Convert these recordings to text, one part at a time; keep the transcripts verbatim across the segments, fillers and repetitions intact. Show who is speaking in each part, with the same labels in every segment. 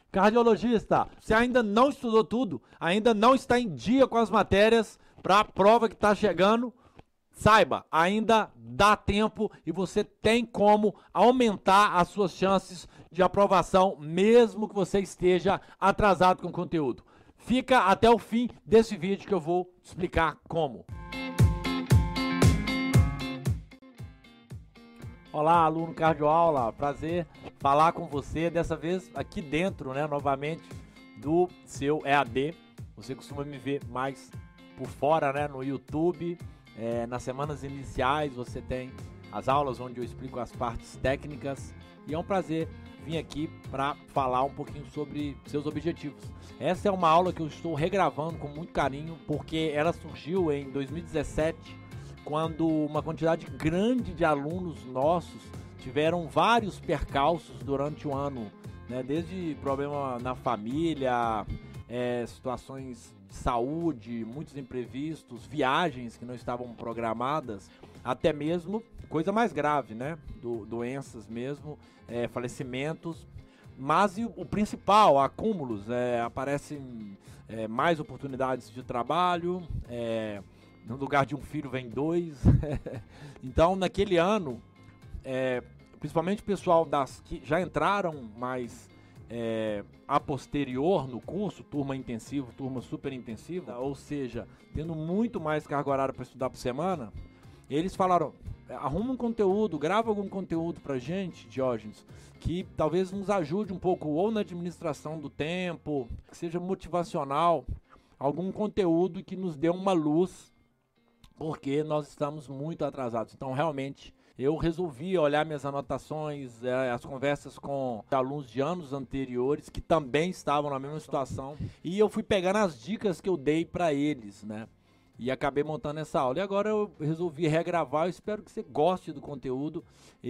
Speaker 1: Cardiologista, você ainda não estudou tudo, ainda não está em dia com as matérias para a prova que está chegando, saiba, ainda dá tempo e você tem como aumentar as suas chances de aprovação, mesmo que você esteja atrasado com o conteúdo. Fica até o fim desse vídeo que eu vou explicar como. Olá, aluno Cardioaula, prazer falar com você, dessa vez aqui dentro, né, novamente, do seu E A D. Você costuma me ver mais por fora, né, no YouTube. É, nas semanas iniciais você tem as aulas onde eu explico as partes técnicas e é um prazer vir aqui para falar um pouquinho sobre seus objetivos. Essa é uma aula que eu estou regravando com muito carinho porque ela surgiu em dois mil e dezessete, quando uma quantidade grande de alunos nossos tiveram vários percalços durante o ano, né? Desde problema na família, é, situações de saúde, muitos imprevistos, viagens que não estavam programadas, até mesmo coisa mais grave, né? Do, doenças mesmo, é, falecimentos. Mas e o, o principal, acúmulos, é, aparecem é, mais oportunidades de trabalho, é, no lugar de um filho vem dois. Então, naquele ano, é, principalmente o pessoal das que já entraram mais é, a posterior no curso, turma intensiva, turma super intensiva, ou seja, tendo muito mais carga horária para estudar por semana, eles falaram, arruma um conteúdo, grava algum conteúdo pra gente, Diógenes, que talvez nos ajude um pouco, ou na administração do tempo, que seja motivacional, algum conteúdo que nos dê uma luz, porque nós estamos muito atrasados. Então, realmente, eu resolvi olhar minhas anotações, é, as conversas com alunos de anos anteriores, que também estavam na mesma situação, e eu fui pegando as dicas que eu dei para eles, né? E acabei montando essa aula. E agora eu resolvi regravar, eu espero que você goste do conteúdo.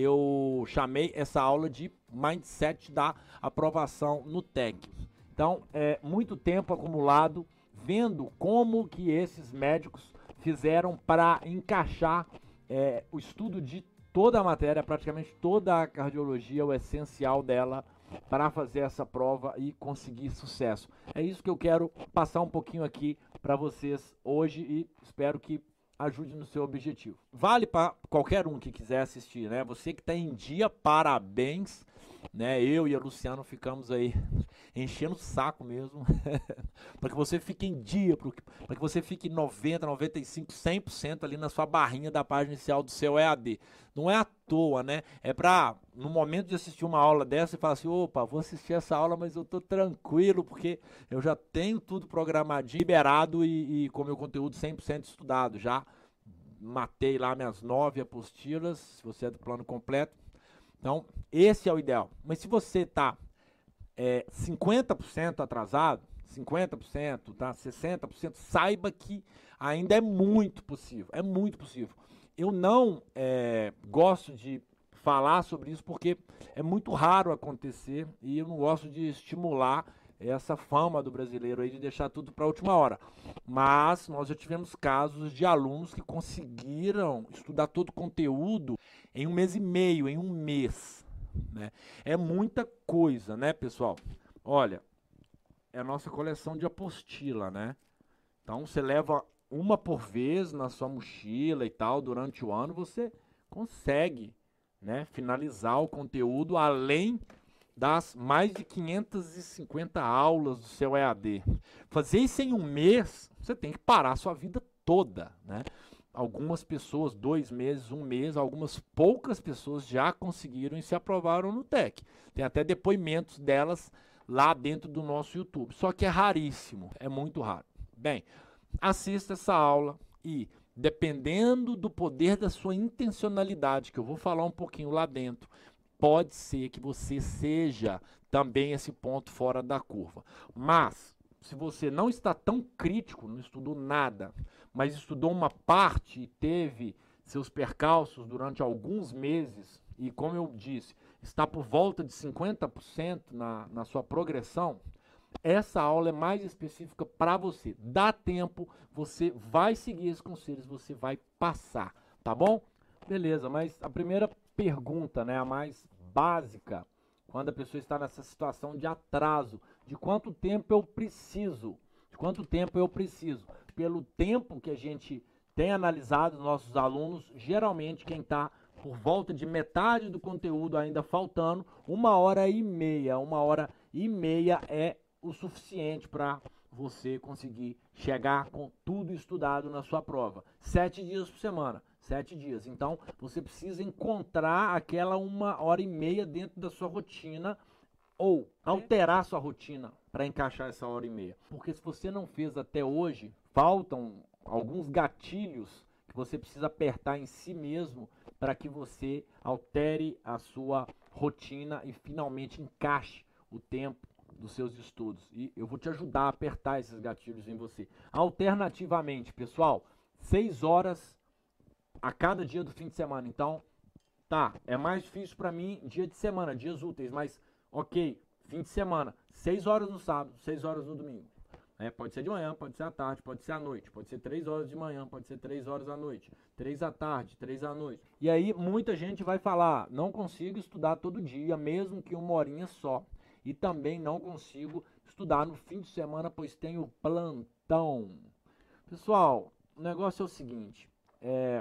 Speaker 1: Eu chamei essa aula de Mindset da Aprovação no T E C. Então, é muito tempo acumulado vendo como que esses médicos fizeram para encaixar é, o estudo de toda a matéria, praticamente toda a cardiologia, o essencial dela, para fazer essa prova e conseguir sucesso. É isso que eu quero passar um pouquinho aqui para vocês hoje e espero que ajude no seu objetivo. Vale para qualquer um que quiser assistir, né? Você que está em dia, parabéns, né? Eu e a Luciano ficamos aí enchendo o saco mesmo, para que você fique em dia, para que você fique noventa, noventa e cinco, cem por cento ali na sua barrinha da página inicial do seu E A D. Não é à toa, né? É para, no momento de assistir uma aula dessa, você falar assim, opa, vou assistir essa aula, mas eu tô tranquilo, porque eu já tenho tudo programadinho, liberado e, e com meu conteúdo cem por cento estudado. Já matei lá minhas nove apostilas, se você é do plano completo. Então, esse é o ideal. Mas se você tá é, cinquenta por cento atrasado, cinquenta por cento, tá, sessenta por cento, saiba que ainda é muito possível, é muito possível. Eu não é, gosto de falar sobre isso porque é muito raro acontecer e eu não gosto de estimular essa fama do brasileiro aí de deixar tudo para a última hora. Mas nós já tivemos casos de alunos que conseguiram estudar todo o conteúdo em um mês e meio, em um mês, né? É muita coisa, né, pessoal? Olha, é a nossa coleção de apostila, né? Então você leva uma por vez na sua mochila e tal, durante o ano você consegue, né, finalizar o conteúdo além das mais de quinhentas e cinquenta aulas do seu E A D. Fazer isso em um mês, você tem que parar a sua vida toda, né? Algumas pessoas, dois meses, um mês, algumas poucas pessoas já conseguiram e se aprovaram no T E C. Tem até depoimentos delas lá dentro do nosso YouTube. Só que é raríssimo, é muito raro. Bem, assista essa aula e, dependendo do poder da sua intencionalidade, que eu vou falar um pouquinho lá dentro, pode ser que você seja também esse ponto fora da curva. Mas, se você não está tão crítico, não estudou nada, mas estudou uma parte e teve seus percalços durante alguns meses, e como eu disse, está por volta de cinquenta por cento na, na sua progressão, essa aula é mais específica para você. Dá tempo, você vai seguir esses conselhos, você vai passar, tá bom? Beleza, mas a primeira pergunta, né, a mais básica, quando a pessoa está nessa situação de atraso, de quanto tempo eu preciso, de quanto tempo eu preciso. Pelo tempo que a gente tem analisado os nossos alunos, geralmente quem está por volta de metade do conteúdo ainda faltando, uma hora e meia, uma hora e meia é o suficiente para você conseguir chegar com tudo estudado na sua prova. Sete dias por semana, sete dias. Então, você precisa encontrar aquela uma hora e meia dentro da sua rotina ou alterar sua rotina para encaixar essa hora e meia. Porque se você não fez até hoje, faltam alguns gatilhos que você precisa apertar em si mesmo para que você altere a sua rotina e finalmente encaixe o tempo dos seus estudos. E eu vou te ajudar a apertar esses gatilhos em você. Alternativamente, pessoal, seis horas a cada dia do fim de semana. Então, tá, é mais difícil para mim dia de semana, dias úteis, mas ok, fim de semana, seis horas no sábado, seis horas no domingo. É, pode ser de manhã, pode ser à tarde, pode ser à noite, pode ser três horas de manhã, pode ser três horas à noite, três à tarde, três à noite. E aí muita gente vai falar, não consigo estudar todo dia, mesmo que uma horinha só. E também não consigo estudar no fim de semana, pois tenho plantão. Pessoal, o negócio é o seguinte, é,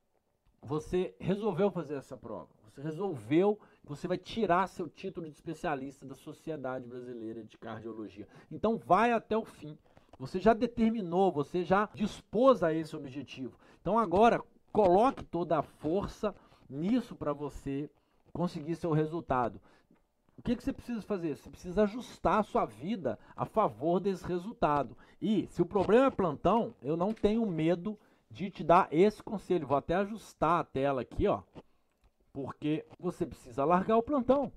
Speaker 1: você resolveu fazer essa prova, você resolveu que você vai tirar seu título de especialista da Sociedade Brasileira de Cardiologia. Então vai até o fim. Você já determinou, você já dispôs a esse objetivo. Então agora coloque toda a força nisso para você conseguir seu resultado. O que, que você precisa fazer? Você precisa ajustar a sua vida a favor desse resultado. E se o problema é plantão, eu não tenho medo de te dar esse conselho. Vou até ajustar a tela aqui, ó. Porque você precisa largar o plantão.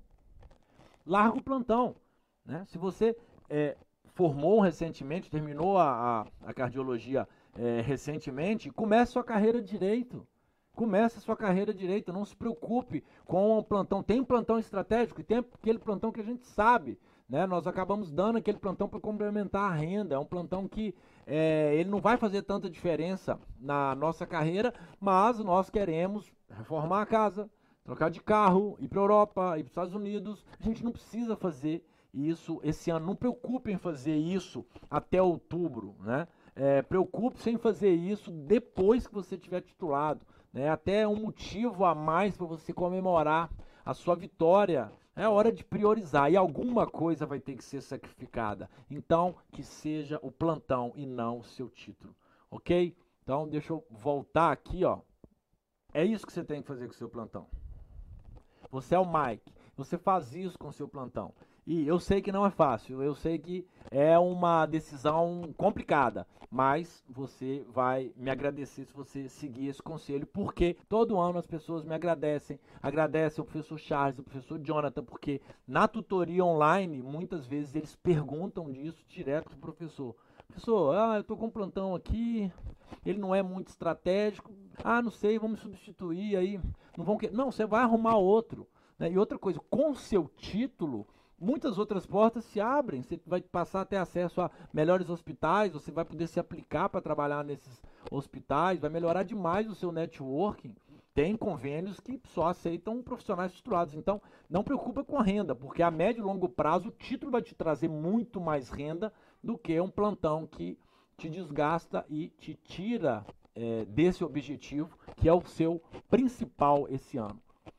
Speaker 1: Larga o plantão. Né? Se você é, formou recentemente, terminou a, a, a cardiologia é, recentemente, comece sua carreira direito. Comece a sua carreira direito. Não se preocupe com o plantão. Tem um plantão estratégico e tem aquele plantão que a gente sabe. Né? Nós acabamos dando aquele plantão para complementar a renda. É um plantão que é, ele não vai fazer tanta diferença na nossa carreira, mas nós queremos reformar a casa, trocar de carro, ir para a Europa, ir para os Estados Unidos. A gente não precisa fazer isso esse ano. Não preocupe em fazer isso até outubro. Né? É, preocupe-se em fazer isso depois que você tiver titulado. Né? Até um motivo a mais para você comemorar a sua vitória. É hora de priorizar e alguma coisa vai ter que ser sacrificada. Então, que seja o plantão e não o seu título. Ok? Então, deixa eu voltar aqui, ó. É isso que você tem que fazer com o seu plantão. Você é o Mike. Você faz isso com o seu plantão. E eu sei que não é fácil. Eu sei que é uma decisão complicada. Mas você vai me agradecer se você seguir esse conselho. Porque todo ano as pessoas me agradecem. Agradecem o professor Charles, o professor Jonathan. Porque na tutoria online, muitas vezes eles perguntam disso direto para o professor. Professor, ah, eu estou com um plantão aqui. Ele não é muito estratégico. Ah, não sei, vamos substituir aí. Não, vão que... não, você vai arrumar outro. Né? E outra coisa, com seu título, muitas outras portas se abrem. Você vai passar a ter acesso a melhores hospitais, você vai poder se aplicar para trabalhar nesses hospitais, vai melhorar demais o seu networking. Tem convênios que só aceitam profissionais titulados. Então, não preocupa com a renda, porque a médio e longo prazo o título vai te trazer muito mais renda do que um plantão que te desgasta e te tira é, desse objetivo, que é o seu principal esse ano.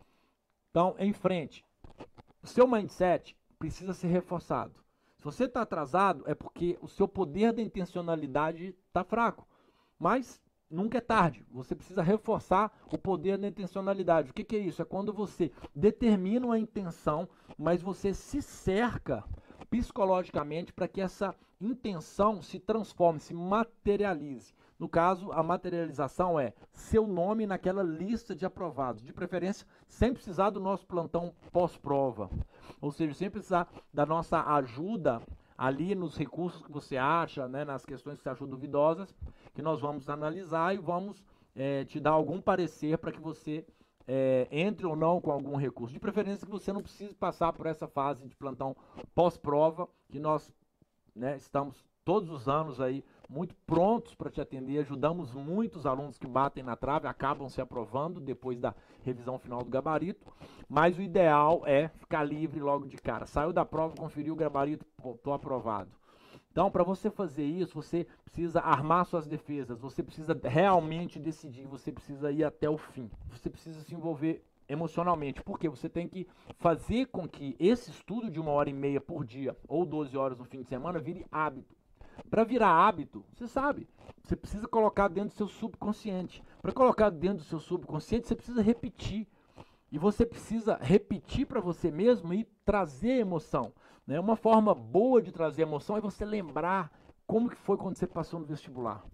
Speaker 1: Então, em frente, o seu mindset precisa ser reforçado. Se você está atrasado, é porque o seu poder da intencionalidade está fraco. Mas nunca é tarde. Você precisa reforçar o poder da intencionalidade. O que, que é isso? É quando você determina uma intenção, mas você se cerca psicologicamente para que essa intenção se transforme, se materialize. No caso, a materialização é seu nome naquela lista de aprovados, de preferência sem precisar do nosso plantão pós-prova, ou seja, sem precisar da nossa ajuda ali nos recursos que você acha, né, nas questões que você achou duvidosas, que nós vamos analisar e vamos é, te dar algum parecer para que você é, entre ou não com algum recurso. De preferência que você não precise passar por essa fase de plantão pós-prova, que nós né, estamos todos os anos aí muito prontos para te atender, ajudamos muitos alunos que batem na trave, acabam se aprovando depois da revisão final do gabarito, mas o ideal é ficar livre logo de cara. Saiu da prova, conferiu o gabarito, estou aprovado. Então, para você fazer isso, você precisa armar suas defesas, você precisa realmente decidir, você precisa ir até o fim, você precisa se envolver emocionalmente, porque você tem que fazer com que esse estudo de uma hora e meia por dia, ou doze horas no fim de semana, vire hábito. Para virar hábito, você sabe, você precisa colocar dentro do seu subconsciente. Para colocar dentro do seu subconsciente, você precisa repetir. E você precisa repetir para você mesmo e trazer emoção. Né? Uma forma boa de trazer emoção é você lembrar como que foi quando você passou no vestibular.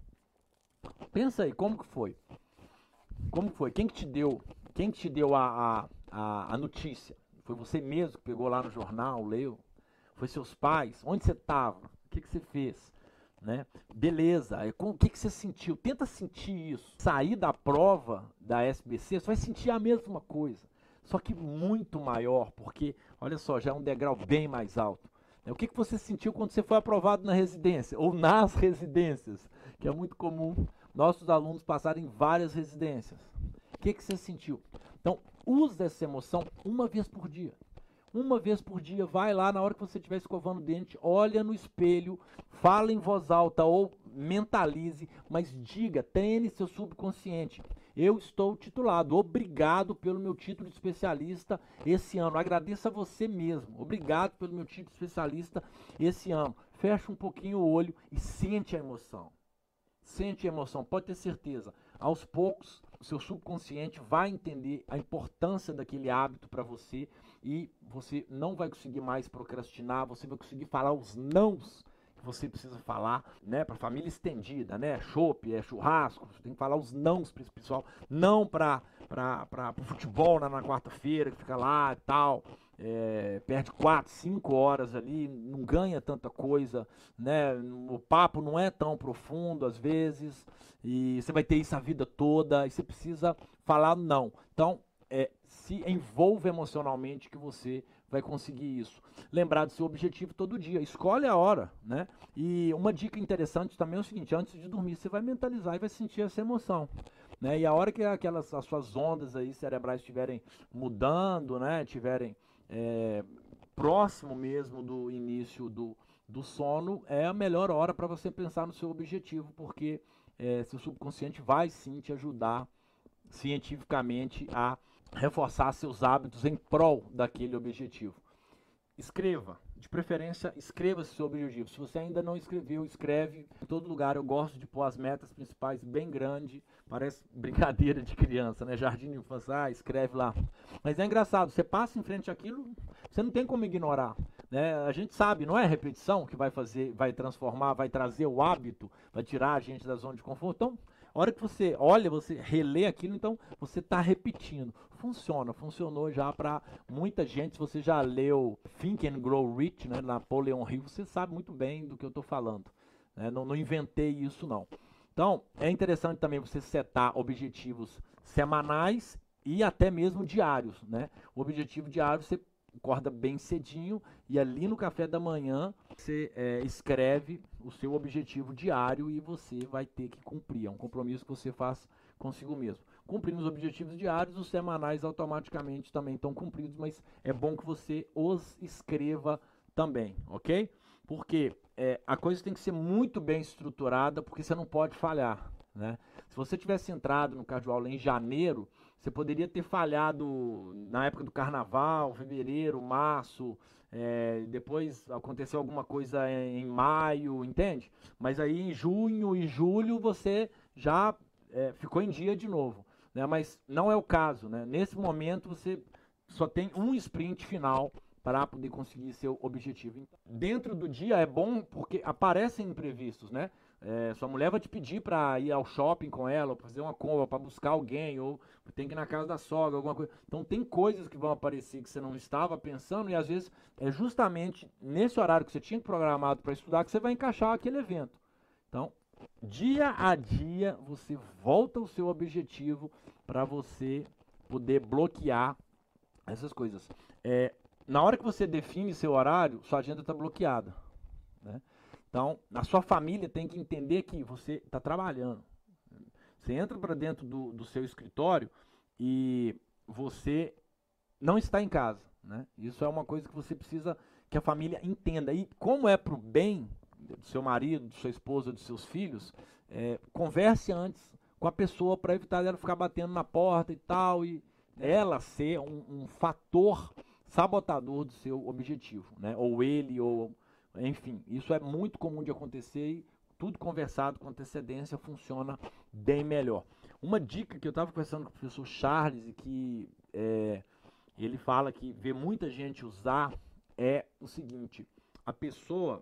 Speaker 1: Pensa aí, como que foi? Como que foi? Quem que te deu, quem que te deu a, a, a notícia? Foi você mesmo que pegou lá no jornal, leu? Foi seus pais? Onde você estava? O que, que você fez? Né? Beleza, o que, que você sentiu? Tenta sentir isso. Sair da prova da S B C, você vai sentir a mesma coisa, só que muito maior, porque, olha só, já é um degrau bem mais alto. O que, que você sentiu quando você foi aprovado na residência, ou nas residências, que é muito comum nossos alunos passarem várias residências. O que, que você sentiu? Então, use essa emoção uma vez por dia. Uma vez por dia, vai lá na hora que você estiver escovando o dente, olha no espelho, fala em voz alta ou mentalize, mas diga, treine seu subconsciente. Eu estou titulado, obrigado pelo meu título de especialista esse ano. Agradeça a você mesmo, obrigado pelo meu título de especialista esse ano. Fecha um pouquinho o olho e sente a emoção. Sente a emoção, pode ter certeza. Aos poucos, o seu subconsciente vai entender a importância daquele hábito para você e você não vai conseguir mais procrastinar, você vai conseguir falar os nãos que você precisa falar, né, para família estendida, né, chopp, é churrasco, você tem que falar os nãos para esse pessoal, não para o futebol na, na quarta-feira, que fica lá e tal, é, perde quatro, cinco horas ali, não ganha tanta coisa, né, o papo não é tão profundo às vezes, e você vai ter isso a vida toda, e você precisa falar não. Então, é, se envolva emocionalmente que você vai conseguir isso. Lembrar do seu objetivo todo dia, escolhe a hora, né? E uma dica interessante também é o seguinte, antes de dormir você vai mentalizar e vai sentir essa emoção. Né? E a hora que aquelas, as suas ondas aí cerebrais estiverem mudando, né? Estiverem é, próximo mesmo do início do, do sono, é a melhor hora para você pensar no seu objetivo, porque é, seu subconsciente vai sim te ajudar cientificamente a reforçar seus hábitos em prol daquele objetivo. Escreva, de preferência, escreva seu objetivo. Se você ainda não escreveu, escreve em todo lugar. Eu gosto de pôr as metas principais bem grande, parece brincadeira de criança, né? Jardim de infância, ah, escreve lá. Mas é engraçado, você passa em frente àquilo, você não tem como ignorar. Né? A gente sabe, não é a repetição que vai fazer, vai transformar, vai trazer o hábito, vai tirar a gente da zona de conforto. Então, a hora que você olha, você relê aquilo, então você está repetindo. Funciona, funcionou já para muita gente. Se você já leu Think and Grow Rich, né, Napoleon Hill, você sabe muito bem do que eu estou falando. Né? Não, não inventei isso não. Então, é interessante também você setar objetivos semanais e até mesmo diários. Né? O objetivo diário você acorda bem cedinho e ali no café da manhã você é, escreve o seu objetivo diário e você vai ter que cumprir. É um compromisso que você faz consigo mesmo. Cumprindo os objetivos diários, os semanais automaticamente também estão cumpridos, mas é bom que você os escreva também, ok? Porque é, a coisa tem que ser muito bem estruturada, porque você não pode falhar. Né? Se você tivesse entrado no cardioaula em janeiro, você poderia ter falhado na época do carnaval, fevereiro, março, é, depois aconteceu alguma coisa em, em maio, entende? Mas aí em junho e julho você já é, ficou em dia de novo. Né? Mas não é o caso. Né? Nesse momento você só tem um sprint final para poder conseguir seu objetivo. Dentro do dia é bom porque aparecem imprevistos, né? É, sua mulher vai te pedir para ir ao shopping com ela, ou fazer uma compra, para buscar alguém, ou tem que ir na casa da sogra, alguma coisa. Então tem coisas que vão aparecer que você não estava pensando e às vezes é justamente nesse horário que você tinha programado para estudar que você vai encaixar aquele evento. Então, dia a dia você volta ao seu objetivo para você poder bloquear essas coisas. É, na hora que você define seu horário, sua agenda está bloqueada. Né?
Speaker 2: Então, a sua família tem que entender que você está trabalhando. Você entra para dentro do, do seu escritório e você não está em casa, né? Isso é uma coisa que você precisa que a família entenda. E como é para o bem do seu marido, de sua esposa, dos seus filhos, é, converse antes com a pessoa para evitar ela ficar batendo na porta e tal, e ela ser um, um fator sabotador do seu objetivo, né? Ou ele, ou enfim, isso é muito comum de acontecer e tudo conversado com antecedência funciona bem melhor. Uma dica que eu estava conversando com o professor Charles e que é, ele fala que vê muita gente usar é o seguinte: a pessoa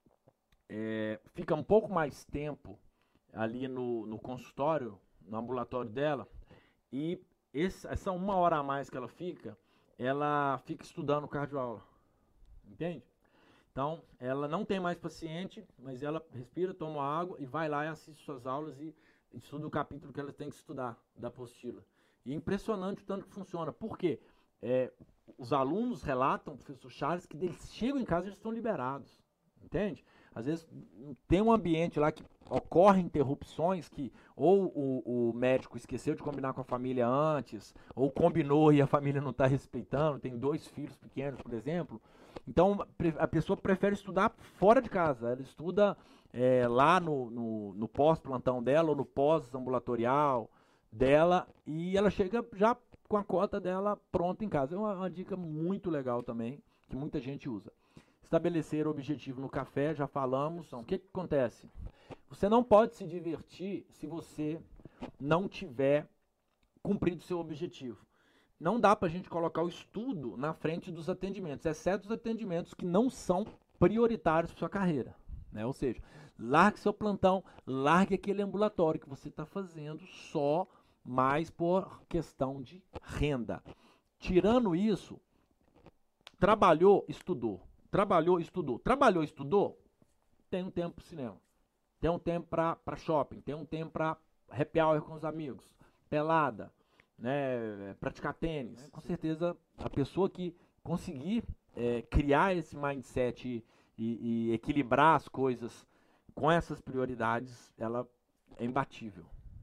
Speaker 2: é, fica um pouco mais tempo ali no, no consultório, no ambulatório dela, e esse, essa uma hora a mais que ela fica, ela fica estudando cardioaula, entende? Então, ela não tem mais paciente, mas ela respira, toma água e vai lá e assiste suas aulas e estuda o capítulo que ela tem que estudar da apostila. E é impressionante o tanto que funciona. Por quê? É, os alunos relatam, professor Charles, que eles chegam em casa e eles estão liberados, entende? Às vezes tem um ambiente lá que ocorrem interrupções que ou o, o médico esqueceu de combinar com a família antes, ou combinou e a família não está respeitando, tem dois filhos pequenos, por exemplo. Então a pessoa prefere estudar fora de casa, ela estuda é, lá no, no, no pós-plantão dela ou no pós-ambulatorial dela e ela chega já com a cota dela pronta em casa. É uma, uma dica muito legal também, que muita gente usa. Estabelecer o objetivo no café, já falamos. Então, o que, que acontece? Você não pode se divertir se você não tiver cumprido seu objetivo. Não dá para a gente colocar o estudo na frente dos atendimentos, exceto os atendimentos que não são prioritários para sua carreira, né? Ou seja, largue seu plantão, largue aquele ambulatório que você está fazendo só mais por questão de renda. Tirando isso, trabalhou, estudou. Trabalhou, estudou. Trabalhou, estudou, tem um tempo para cinema. Tem um tempo para shopping. Tem um tempo para happy hour com os amigos. Pelada. Né, praticar tênis. É, com certeza, a pessoa que conseguir é, criar esse mindset e, e, e equilibrar as coisas com essas prioridades, ela é imbatível.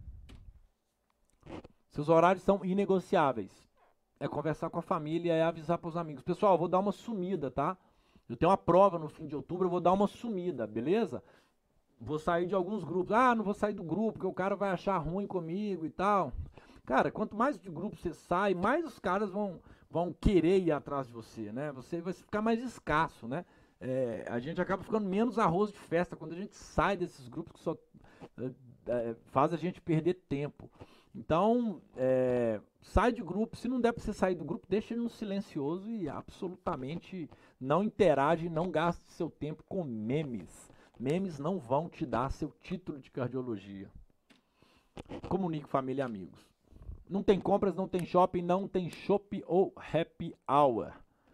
Speaker 2: Seus horários são inegociáveis. É conversar com a família, é avisar para os amigos. Pessoal, eu vou dar uma sumida, tá? Eu tenho uma prova no fim de outubro, eu vou dar uma sumida, beleza? Vou sair de alguns grupos. Ah, não vou sair do grupo, porque o cara vai achar ruim comigo e tal. Cara, quanto mais de grupo você sai, mais os caras vão, vão querer ir atrás de você, né? Você vai ficar mais escasso, né? É, a gente acaba ficando menos arroz de festa quando a gente sai desses grupos que só é, é, faz a gente perder tempo. Então, é, sai de grupo. Se não der para você sair do grupo, deixa ele no silencioso e absolutamente não interage, não gaste seu tempo com memes. Memes não vão te dar seu título de cardiologia. Comunique família e amigos. Não tem compras, não tem shopping, não tem chopp ou happy hour.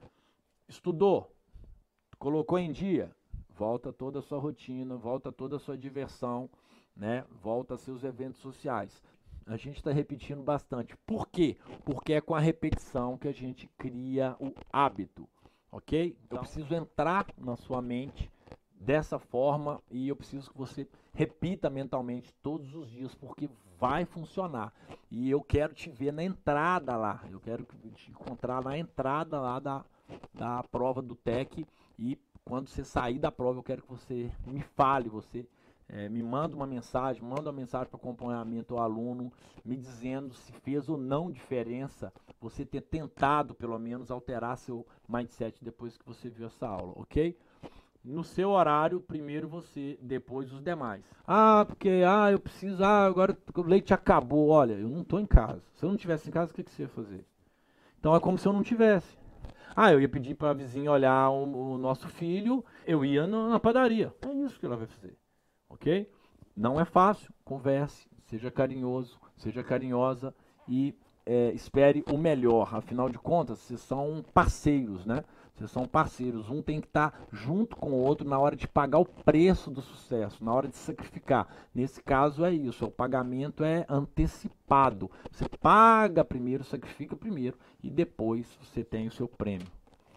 Speaker 2: Estudou, colocou em dia, volta toda a sua rotina, volta toda a sua diversão, né? Volta a seus eventos sociais. A gente está repetindo bastante. Por quê? Porque é com a repetição que a gente cria o hábito, ok? Então, eu preciso entrar na sua mente dessa forma e eu preciso que você repita mentalmente todos os dias, porque vai funcionar. E eu quero te ver na entrada lá, eu quero te encontrar na entrada lá da, da prova do T E C e quando você sair da prova eu quero que você me fale, você é, me manda uma mensagem, manda uma mensagem para acompanhamento ao aluno, me dizendo se fez ou não diferença você ter tentado pelo menos alterar seu mindset depois que você viu essa aula, ok? No seu horário, primeiro você, depois os demais. Ah, porque ah, eu preciso, ah, agora o leite acabou. Olha, eu não estou em casa. Se eu não estivesse em casa, o que, que você ia fazer? Então é como se eu não tivesse. Ah, eu ia pedir para a vizinha olhar o, o nosso filho, eu ia na, na padaria. É isso que ela vai fazer, ok? Não é fácil, converse, seja carinhoso, seja carinhosa e é, espere o melhor. Afinal de contas, vocês são parceiros, né? Vocês são parceiros, um tem que estar junto com o outro na hora de pagar o preço do sucesso, na hora de sacrificar. Nesse caso é isso, o pagamento é antecipado. Você paga primeiro, sacrifica primeiro e depois você tem o seu prêmio.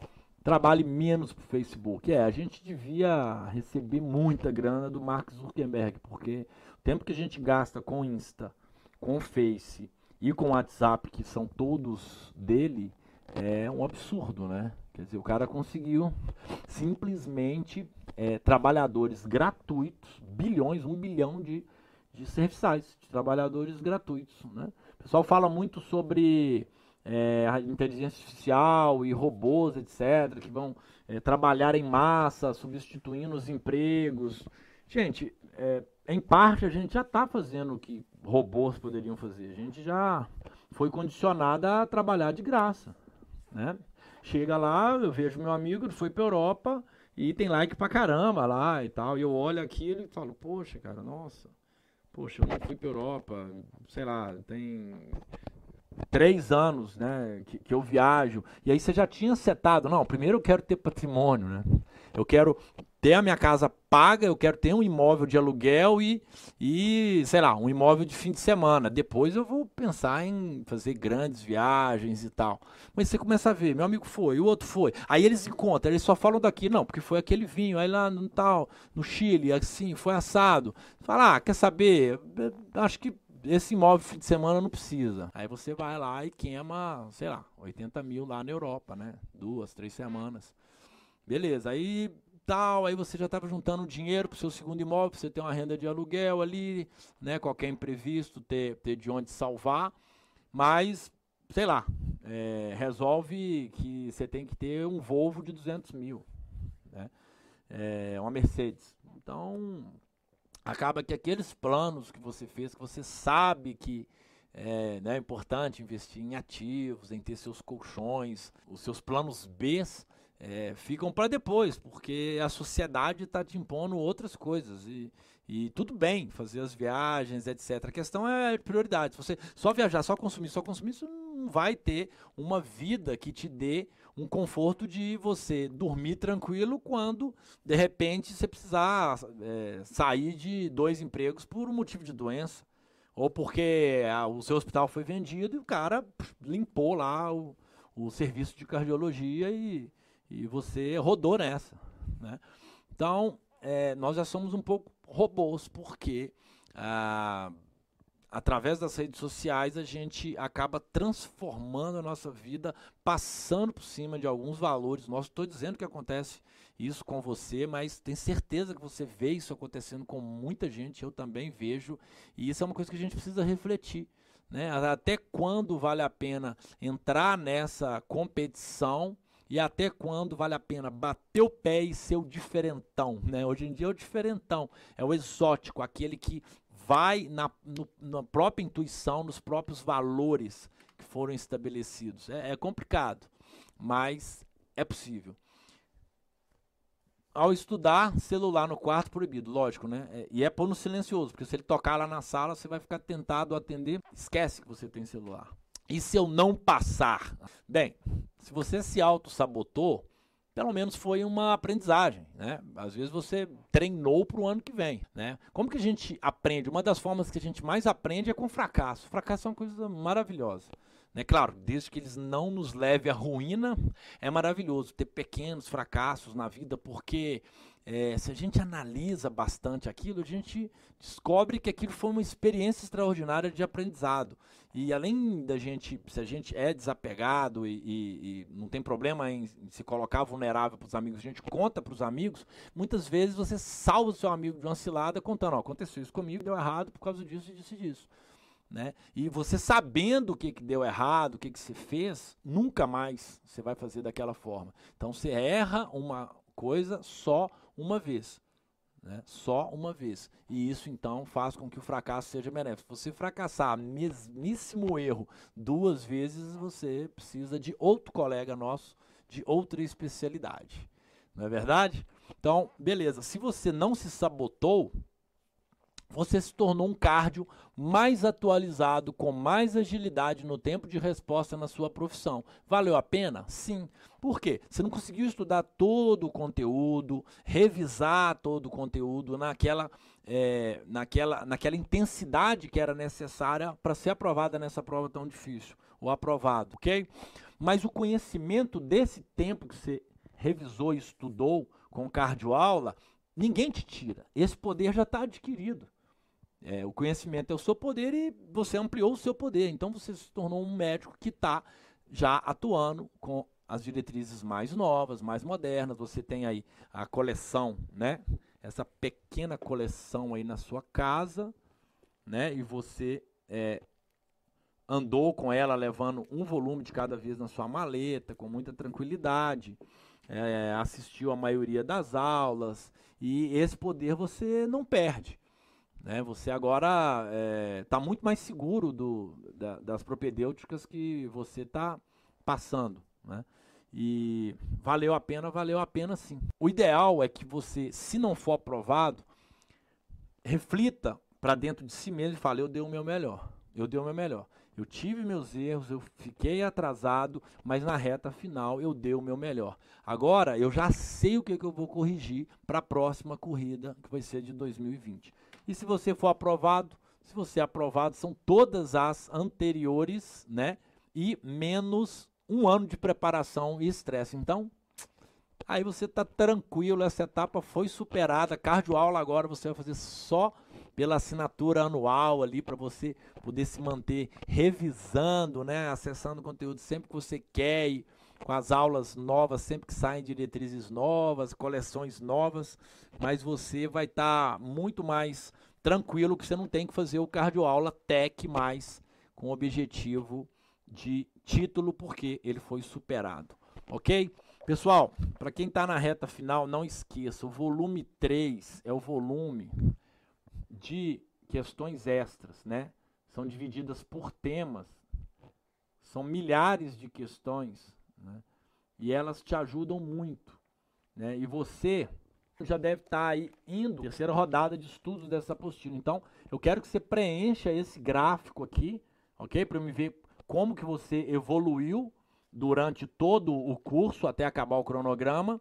Speaker 2: trabalhe menos para o Facebook. É, a gente devia receber muita grana do Mark Zuckerberg, porque o tempo que a gente gasta com o Insta, com o Face e com o WhatsApp, que são todos dele, é um absurdo, né? Quer dizer, o cara conseguiu simplesmente é, trabalhadores gratuitos, bilhões, um bilhão de, de serviçais, de trabalhadores gratuitos, né? O pessoal fala muito sobre é, a inteligência artificial e robôs, etcétera, que vão é, trabalhar em massa, substituindo os empregos. Gente, é, em parte a gente já está fazendo o que robôs poderiam fazer. A gente já foi condicionado a trabalhar de graça, né? Chega lá, eu vejo meu amigo, ele foi pra Europa e tem like pra caramba lá e tal. E eu olho aquilo e falo, poxa, cara, nossa, poxa, eu não fui pra Europa, sei lá, tem três anos, né, que, que eu viajo. E aí você já tinha setado, não, primeiro eu quero ter patrimônio, né? Eu quero ter a minha casa paga, eu quero ter um imóvel de aluguel e, e, sei lá, um imóvel de fim de semana. Depois eu vou pensar em fazer grandes viagens e tal. Mas você começa a ver, meu amigo foi, o outro foi. Aí eles encontram, eles só falam daqui, não, porque foi aquele vinho, aí lá no tal, no Chile, assim, foi assado. Fala, ah, quer saber, acho que esse imóvel fim de semana não precisa. Aí você vai lá e queima, sei lá, oitenta mil lá na Europa, né? Duas, três semanas. Beleza, aí tal, aí você já estava juntando dinheiro para o seu segundo imóvel, para você ter uma renda de aluguel ali, né? Qualquer imprevisto, ter, ter de onde salvar, mas, sei lá, é, resolve que você tem que ter um Volvo de duzentos mil, né? É, uma Mercedes. Então, acaba que aqueles planos que você fez, que você sabe que é, né, é importante investir em ativos, em ter seus colchões, os seus planos Bs, É, ficam para depois, porque a sociedade está te impondo outras coisas e, e tudo bem fazer as viagens, etcétera. A questão é prioridade. Se você só viajar, só consumir, só consumir, isso não vai ter uma vida que te dê um conforto de você dormir tranquilo quando, de repente, você precisar é, sair de dois empregos por um motivo de doença ou porque ah, o seu hospital foi vendido e o cara pff, limpou lá o, o serviço de cardiologia e E você rodou nessa, né? Então, é, nós já somos um pouco robôs, porque ah, através das redes sociais a gente acaba transformando a nossa vida, passando por cima de alguns valores. Não estou dizendo que acontece isso com você, mas tenho certeza que você vê isso acontecendo com muita gente, eu também vejo, e isso é uma coisa que a gente precisa refletir, né? Até quando vale a pena entrar nessa competição e até quando vale a pena bater o pé e ser o diferentão, né? Hoje em dia é o diferentão, é o exótico, aquele que vai na, no, na própria intuição, nos próprios valores que foram estabelecidos. É, é complicado, mas é possível. Ao estudar, celular no quarto proibido, lógico, né? É, e é pôr no silencioso, porque se ele tocar lá na sala, você vai ficar tentado a atender. Esquece que você tem celular. E se eu não passar? Bem, se você se auto-sabotou, pelo menos foi uma aprendizagem, né? Às vezes você treinou para o ano que vem, né? Como que a gente aprende? Uma das formas que a gente mais aprende é com fracasso. Fracasso é uma coisa maravilhosa, né? Claro, desde que eles não nos levem à ruína, é maravilhoso ter pequenos fracassos na vida, porque é, se a gente analisa bastante aquilo, a gente descobre que aquilo foi uma experiência extraordinária de aprendizado. E além da gente, se a gente é desapegado e, e, e não tem problema em se colocar vulnerável para os amigos, a gente conta para os amigos, muitas vezes você salva o seu amigo de uma cilada contando, ó, aconteceu isso comigo, deu errado por causa disso e disso e disso. Né? E você sabendo o que, que deu errado, o que, que você fez, nunca mais você vai fazer daquela forma. Então você erra uma coisa só uma vez. Né? Só uma vez. E isso então faz com que o fracasso seja benéfico. Se você fracassar mesmíssimo erro duas vezes, você precisa de outro colega nosso, de outra especialidade. Não é verdade? Então, beleza. Se você não se sabotou, você se tornou um cardio mais atualizado, com mais agilidade no tempo de resposta na sua profissão. Valeu a pena? Sim. Por quê? Você não conseguiu estudar todo o conteúdo, revisar todo o conteúdo naquela, é, naquela, naquela intensidade que era necessária para ser aprovada nessa prova tão difícil, ou aprovado, ok? Mas o conhecimento desse tempo que você revisou e estudou com cardioaula, ninguém te tira. Esse poder já está adquirido. É, o conhecimento é o seu poder e você ampliou o seu poder. Então você se tornou um médico que está já atuando com as diretrizes mais novas, mais modernas. Você tem aí a coleção, né? Essa pequena coleção aí na sua casa, né? E você é, andou com ela levando um volume de cada vez na sua maleta, com muita tranquilidade. É, assistiu a maioria das aulas e esse poder você não perde. Né, você agora está é, muito mais seguro do, da, das propedêuticas que você está passando. Né? E valeu a pena, valeu a pena sim. O ideal é que você, se não for aprovado, reflita para dentro de si mesmo e fale, eu dei o meu melhor, eu dei o meu melhor. Eu tive meus erros, eu fiquei atrasado, mas na reta final eu dei o meu melhor. Agora eu já sei o que, que eu vou corrigir para a próxima corrida, que vai ser de dois mil e vinte. E se você for aprovado, se você é aprovado, são todas as anteriores, né? E menos um ano de preparação e estresse. Então, aí você está tranquilo, essa etapa foi superada. Cardioaula agora você vai fazer só pela assinatura anual ali, para você poder se manter revisando, né? Acessando o conteúdo sempre que você quer e com as aulas novas, sempre que saem diretrizes novas, coleções novas, mas você vai estar tá muito mais tranquilo que você não tem que fazer o cardioaula Tech mais com objetivo de título, porque ele foi superado, ok? Pessoal, para quem está na reta final, não esqueça, o volume três é o volume de questões extras, né? São divididas por temas, são milhares de questões, né? E elas te ajudam muito, né? E você já deve estar aí indo terceira rodada de estudos dessa apostila. Então, eu quero que você preencha esse gráfico aqui, ok? Para eu me ver como que você evoluiu durante todo o curso até acabar o cronograma.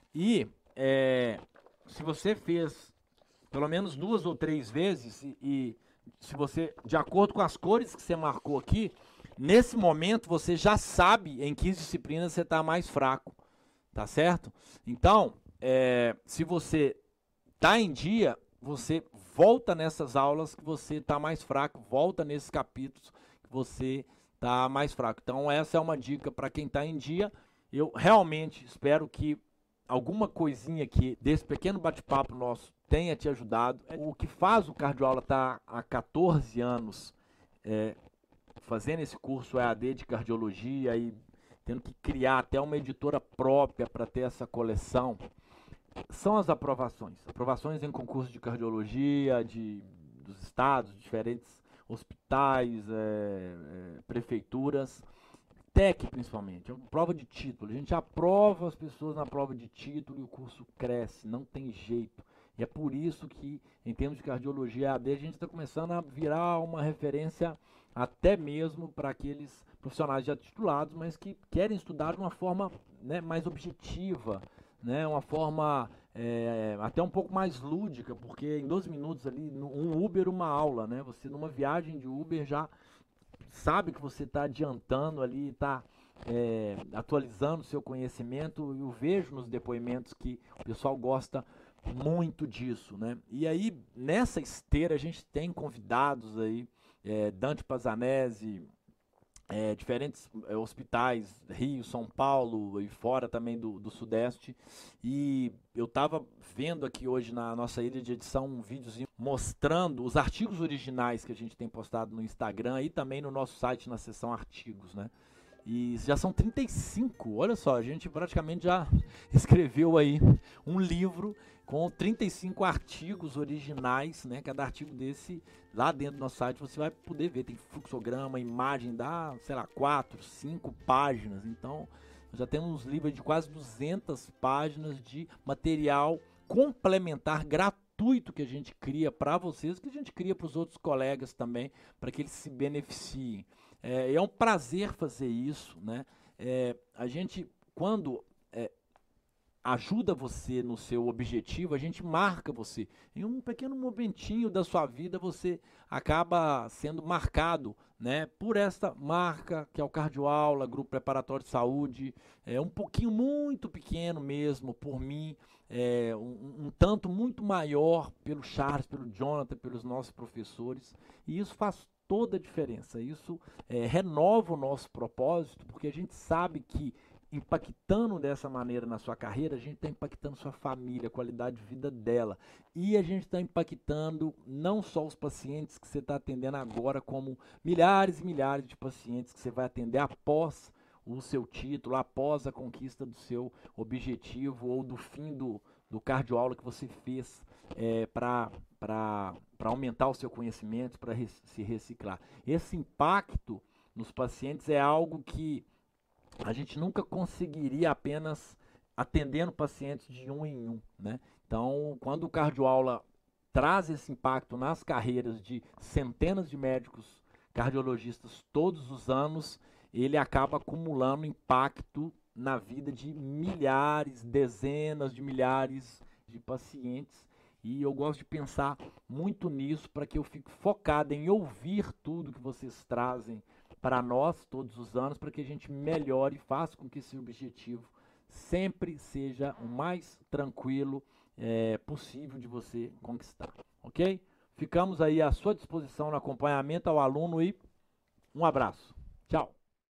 Speaker 2: E é, se você fez pelo menos duas ou três vezes e, e se você, de acordo com as cores que você marcou aqui, nesse momento você já sabe em que disciplinas você está mais fraco, tá certo? Então, é, se você está em dia, você volta nessas aulas que você está mais fraco, volta nesses capítulos que você está mais fraco. Então essa é uma dica para quem está em dia. Eu realmente espero que alguma coisinha aqui desse pequeno bate-papo nosso tenha te ajudado. O que faz o Cardioaula estar há quatorze anos é, fazendo esse curso E A D de cardiologia e tendo que criar até uma editora própria para ter essa coleção, são as aprovações. Aprovações em concurso de cardiologia, de, dos estados, diferentes hospitais, é, é, prefeituras, T E C principalmente, é uma prova de título. A gente aprova as pessoas na prova de título e o curso cresce, não tem jeito. E é por isso que, em termos de cardiologia E A D, a gente está começando a virar uma referência até mesmo para aqueles profissionais já titulados, mas que querem estudar de uma forma, né, mais objetiva, né, uma forma é, até um pouco mais lúdica, porque em doze minutos ali, um Uber, uma aula, né, você numa viagem de Uber já sabe que você está adiantando ali, está é, atualizando o seu conhecimento. Eu vejo nos depoimentos que o pessoal gosta muito disso, né? E aí, nessa esteira, a gente tem convidados aí, é, Dante Pazanese, é, diferentes é, hospitais, Rio, São Paulo e fora também do, do Sudeste. E eu estava vendo aqui hoje na nossa ilha de edição um videozinho mostrando os artigos originais que a gente tem postado no Instagram e também no nosso site na seção artigos, né? E já são trinta e cinco, olha só, a gente praticamente já escreveu aí um livro com trinta e cinco artigos originais, né? Cada artigo desse, lá dentro do nosso site, você vai poder ver, tem fluxograma, imagem, dá, sei lá, quatro, cinco páginas. Então, já temos um livro de quase duzentas páginas de material complementar gratuito que a gente cria para vocês, que a gente cria para os outros colegas também, para que eles se beneficiem. É, é um prazer fazer isso, né? É, a gente, quando é, ajuda você no seu objetivo, a gente marca você. Em um pequeno momentinho da sua vida, você acaba sendo marcado, né, por esta marca, que é o Cardioaula, Grupo Preparatório de Saúde, é um pouquinho muito pequeno mesmo, por mim, é, um, um tanto muito maior pelo Charles, pelo Jonathan, pelos nossos professores, e isso faz toda a diferença. Isso é, renova o nosso propósito, porque a gente sabe que impactando dessa maneira na sua carreira, a gente está impactando sua família, a qualidade de vida dela. E a gente está impactando não só os pacientes que você está atendendo agora, como milhares e milhares de pacientes que você vai atender após o seu título, após a conquista do seu objetivo ou do fim do, do cardioaula que você fez é, para aumentar o seu conhecimento, para se reciclar. Esse impacto nos pacientes é algo que a gente nunca conseguiria apenas atendendo pacientes de um em um, né? Então, quando o Cardioaula traz esse impacto nas carreiras de centenas de médicos cardiologistas todos os anos, ele acaba acumulando impacto na vida de milhares, dezenas de milhares de pacientes. E eu gosto de pensar muito nisso para que eu fique focado em ouvir tudo que vocês trazem para nós todos os anos, para que a gente melhore e faça com que esse objetivo sempre seja o mais tranquilo é, possível de você conquistar, ok? Ficamos aí à sua disposição no acompanhamento ao aluno e um abraço. Tchau!